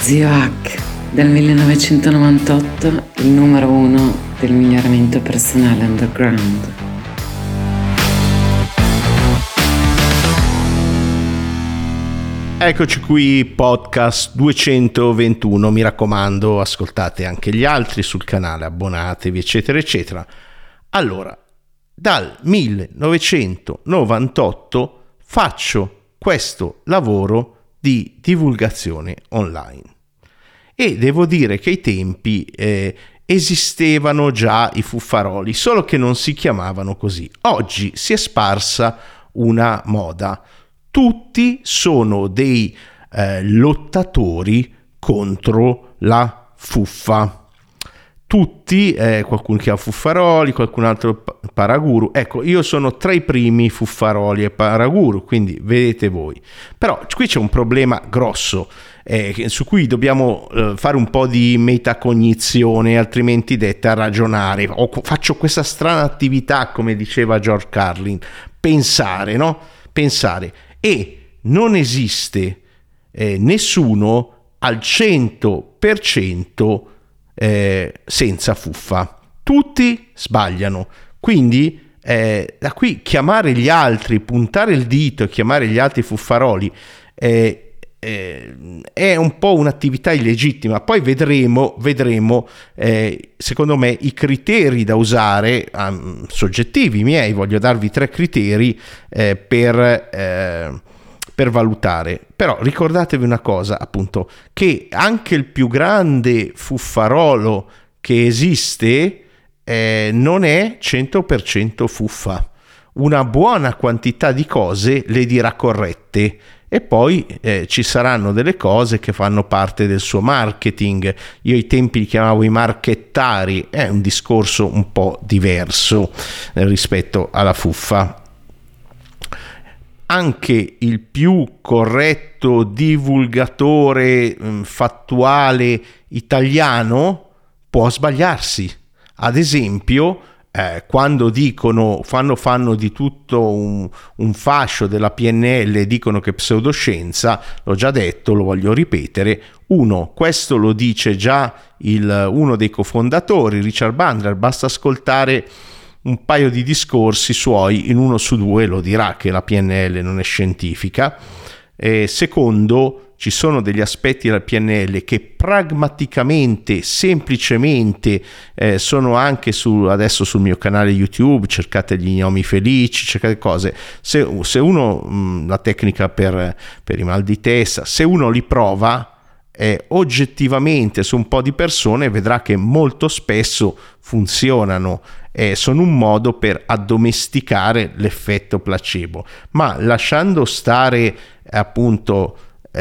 Zio Hack, dal 1998 il numero 1 del miglioramento personale underground. Eccoci qui, podcast 221, mi raccomando, ascoltate anche gli altri sul canale, abbonatevi, eccetera, eccetera. Allora, dal 1998 faccio questo lavoro di divulgazione online e devo dire che ai tempi esistevano già i fuffaroli, solo che non si chiamavano così. Oggi si è sparsa una moda. Tutti sono dei lottatori contro la fuffa. Tutti, qualcuno chiama fuffaroli, qualcun altro paraguru. Ecco, io sono tra i primi fuffaroli e paraguru, quindi vedete voi. Però qui c'è un problema grosso su cui dobbiamo fare un po' di metacognizione, altrimenti detta ragionare. Faccio questa strana attività, come diceva George Carlin, pensare, no? Pensare. E non esiste nessuno al 100% senza fuffa. Tutti sbagliano. Quindi da qui chiamare gli altri, puntare il dito e chiamare gli altri fuffaroli è un po' un'attività illegittima. Poi vedremo secondo me i criteri da usare, soggettivi miei. Voglio darvi 3 criteri per valutare. Però ricordatevi una cosa, appunto, che anche il più grande fuffarolo che esiste non è 100% fuffa. Una buona quantità di cose le dirà corrette e poi ci saranno delle cose che fanno parte del suo marketing. Io ai tempi li chiamavo i marchettari, è un discorso un po' diverso rispetto alla fuffa. Anche il più corretto divulgatore fattuale italiano può sbagliarsi. Ad esempio, quando fanno di tutto un fascio della PNL e dicono che è pseudoscienza, l'ho già detto, lo voglio ripetere. Questo lo dice già uno dei cofondatori, Richard Bandler, basta ascoltare un paio di discorsi suoi, in 1 su 2 lo dirà che la PNL non è scientifica. Secondo, ci sono degli aspetti della PNL che pragmaticamente, semplicemente sono anche adesso sul mio canale YouTube, cercate gli gnomi felici, cercate cose. Se uno, la tecnica per i mal di testa, se uno li prova oggettivamente su un po' di persone, vedrà che molto spesso funzionano. Sono un modo per addomesticare l'effetto placebo, ma lasciando stare appunto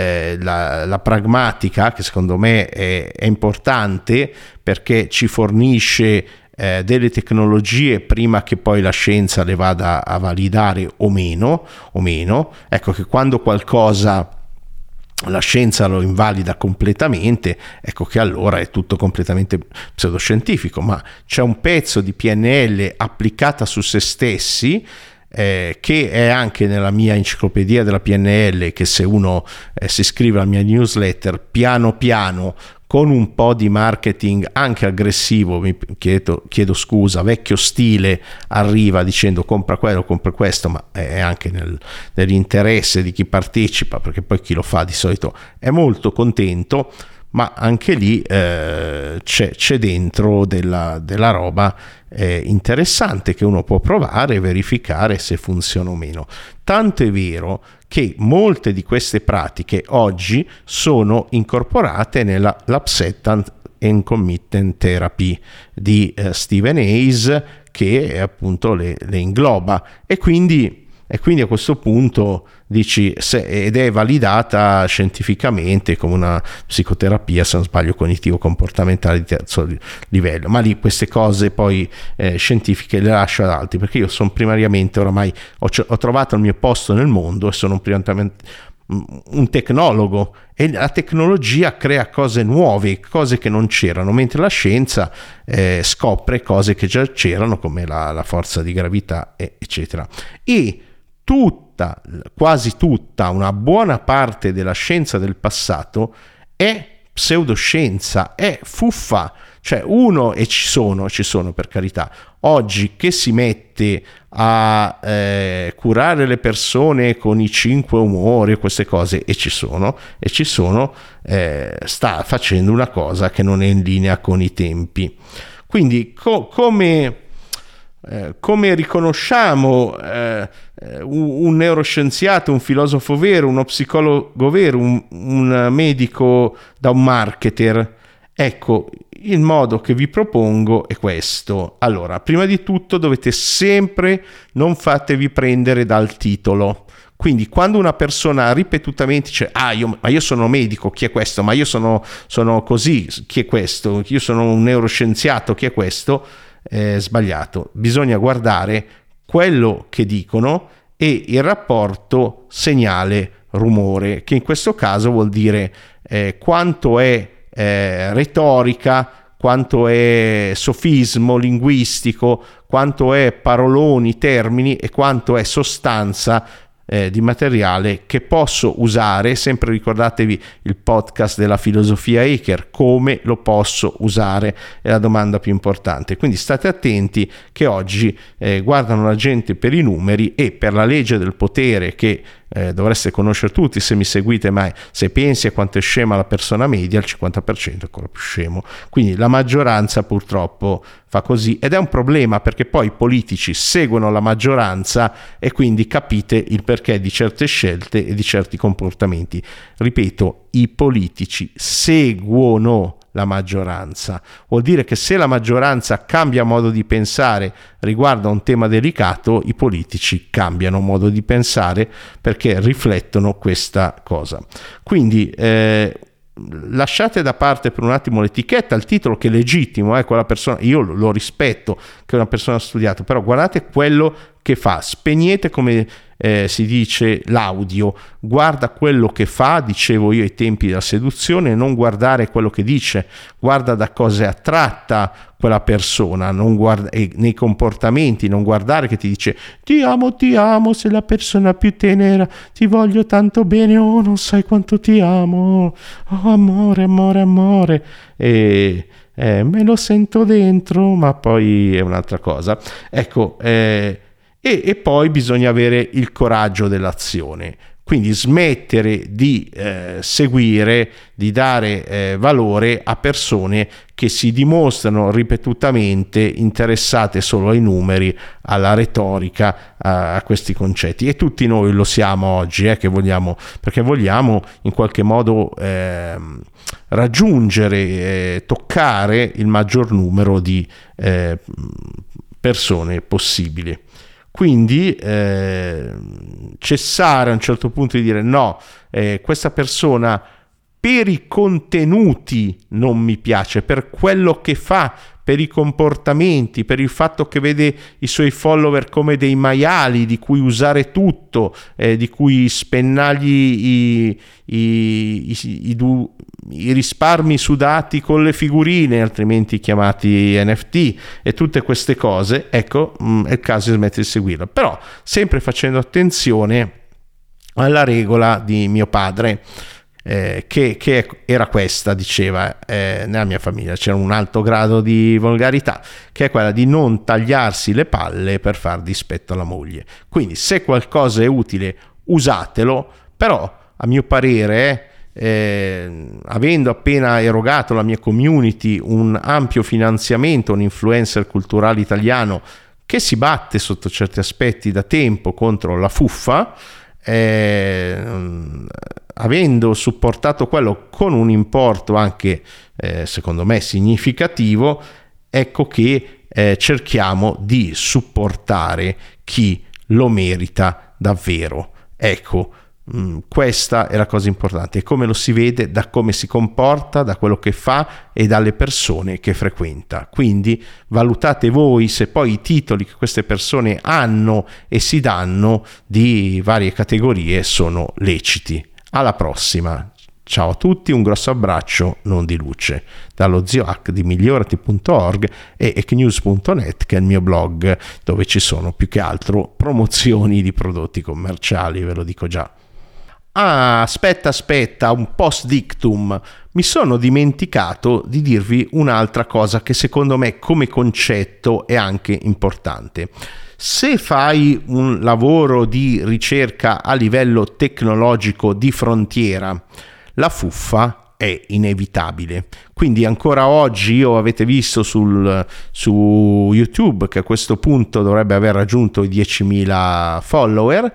la pragmatica, che secondo me è importante perché ci fornisce delle tecnologie prima che poi la scienza le vada a validare o meno. Ecco che quando qualcosa la scienza lo invalida completamente, ecco che allora è tutto completamente pseudoscientifico. Ma c'è un pezzo di PNL applicata su se stessi che è anche nella mia enciclopedia della PNL, che se uno si iscrive alla mia newsletter, piano piano, con un po' di marketing anche aggressivo, mi chiedo scusa, vecchio stile, arriva dicendo compra quello, compra questo, ma è anche nell'interesse di chi partecipa, perché poi chi lo fa di solito è molto contento, ma anche lì c'è dentro della roba interessante che uno può provare e verificare se funziona o meno. Tanto è vero che molte di queste pratiche oggi sono incorporate nella Acceptance and Commitment Therapy di Stephen Hayes, che appunto le ingloba, e quindi a questo punto dici ed è validata scientificamente come una psicoterapia, se non sbaglio, cognitivo-comportamentale di terzo livello. Ma lì queste cose poi scientifiche le lascio ad altri, perché io sono primariamente, oramai ho trovato il mio posto nel mondo e sono primariamente un tecnologo, e la tecnologia crea cose nuove, cose che non c'erano, mentre la scienza scopre cose che già c'erano, come la forza di gravità, eccetera. E quasi tutta, una buona parte della scienza del passato è pseudoscienza, è fuffa. Cioè uno, e ci sono per carità, oggi che si mette a curare le persone con i 5 umori, queste cose, e ci sono, sta facendo una cosa che non è in linea con i tempi. Quindi come riconosciamo un neuroscienziato, un filosofo vero, uno psicologo vero, un medico da un marketer? Ecco, il modo che vi propongo è questo. Allora, prima di tutto dovete sempre, non fatevi prendere dal titolo. Quindi quando una persona ripetutamente dice io sono medico, chi è questo? Ma io sono così, chi è questo? Io sono un neuroscienziato, chi è questo? È sbagliato. Bisogna guardare quello che dicono e il rapporto segnale-rumore, che in questo caso vuol dire quanto è retorica, quanto è sofismo linguistico, quanto è paroloni, termini, e quanto è sostanza di materiale che posso usare. Sempre ricordatevi il podcast della filosofia Eker, come lo posso usare è la domanda più importante. Quindi state attenti che oggi guardano la gente per i numeri e per la legge del potere che dovreste conoscere tutti se mi seguite, ma se pensi a quanto è scema la persona media, il 50% è ancora più scemo. Quindi la maggioranza purtroppo fa così, ed è un problema perché poi i politici seguono la maggioranza e quindi capite il perché di certe scelte e di certi comportamenti. Ripeto, i politici seguono la maggioranza. Vuol dire che se la maggioranza cambia modo di pensare riguardo a un tema delicato, i politici cambiano modo di pensare perché riflettono questa cosa. Quindi lasciate da parte per un attimo l'etichetta, il titolo, che è legittimo, quella persona, io lo rispetto, che è una persona studiata, però guardate quello che fa, spegnete, come si dice, l'audio, guarda quello che fa, dicevo io ai tempi della seduzione, non guardare quello che dice, guarda da cosa è attratta quella persona, non guarda, e nei comportamenti, non guardare che ti dice ti amo, sei la persona più tenera, ti voglio tanto bene, oh non sai quanto ti amo, oh amore, e me lo sento dentro, ma poi è un'altra cosa. Ecco, e poi bisogna avere il coraggio dell'azione, quindi smettere di seguire, di dare valore a persone che si dimostrano ripetutamente interessate solo ai numeri, alla retorica, a questi concetti. E tutti noi lo siamo oggi, che vogliamo, perché vogliamo in qualche modo raggiungere, toccare il maggior numero di persone possibili. Quindi cessare a un certo punto di dire no, questa persona per i contenuti non mi piace, per quello che fa, per i comportamenti, per il fatto che vede i suoi follower come dei maiali di cui usare tutto, di cui spennargli i risparmi sudati con le figurine, altrimenti chiamati NFT, e tutte queste cose. Ecco, è il caso di smettere di seguirlo, però sempre facendo attenzione alla regola di mio padre, che era questa, diceva, nella mia famiglia c'era un alto grado di volgarità, che è quella di non tagliarsi le palle per far dispetto alla moglie. Quindi se qualcosa è utile, usatelo, però a mio parere, avendo appena erogato alla mia community un ampio finanziamento, un influencer culturale italiano che si batte sotto certi aspetti da tempo contro la fuffa, avendo supportato quello con un importo anche secondo me significativo, ecco che cerchiamo di supportare chi lo merita davvero. Ecco, questa è la cosa importante, e come lo si vede da come si comporta, da quello che fa e dalle persone che frequenta. Quindi valutate voi se poi i titoli che queste persone hanno e si danno di varie categorie sono leciti. Alla prossima, ciao a tutti, un grosso abbraccio non di luce dallo zio Hack di migliorati.org e ecnews.net, che è il mio blog dove ci sono più che altro promozioni di prodotti commerciali, ve lo dico già. aspetta, un post dictum, mi sono dimenticato di dirvi un'altra cosa che secondo me come concetto è anche importante. Se fai un lavoro di ricerca a livello tecnologico di frontiera, la fuffa è inevitabile. Quindi ancora oggi avete visto su YouTube che a questo punto dovrebbe aver raggiunto i 10.000 follower,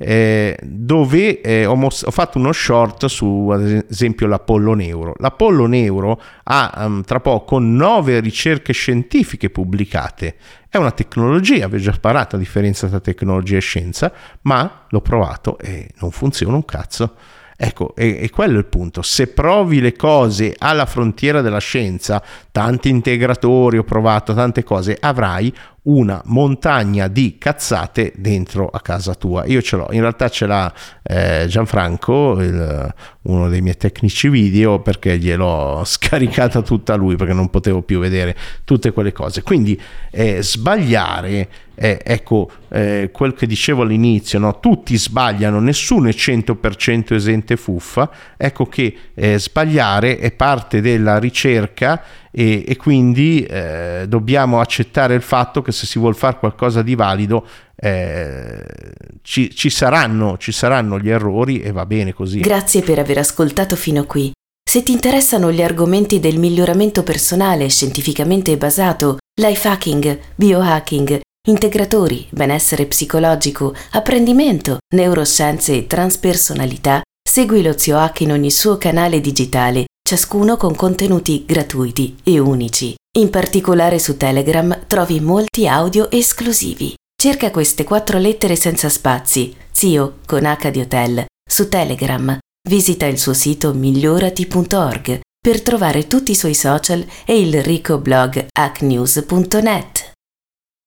dove ho fatto uno short su ad esempio l'Apollo Neuro. L'Apollo Neuro ha tra poco 9 ricerche scientifiche pubblicate. È una tecnologia, vi ho già sparato la differenza tra tecnologia e scienza, ma l'ho provato e non funziona un cazzo. Ecco, e quello è il punto. Se provi le cose alla frontiera della scienza, tanti integratori, ho provato tante cose, avrai una montagna di cazzate dentro a casa tua. Io ce l'ho, in realtà ce l'ha Gianfranco, uno dei miei tecnici video, perché gliel'ho scaricata tutta lui perché non potevo più vedere tutte quelle cose. Quindi sbagliare, quel che dicevo all'inizio, no? Tutti sbagliano, nessuno è 100% esente fuffa. Ecco che sbagliare è parte della ricerca e quindi dobbiamo accettare il fatto che se si vuol fare qualcosa di valido ci saranno gli errori e va bene così. Grazie per aver ascoltato fino qui. Se ti interessano gli argomenti del miglioramento personale scientificamente basato, life hacking, biohacking, integratori, benessere psicologico, apprendimento, neuroscienze e transpersonalità, segui lo Zio Hack in ogni suo canale digitale, ciascuno con contenuti gratuiti e unici. In particolare su Telegram trovi molti audio esclusivi. Cerca queste 4 lettere senza spazi, Zio con H di Hotel, su Telegram. Visita il suo sito migliorati.org per trovare tutti i suoi social e il ricco blog hacknews.net.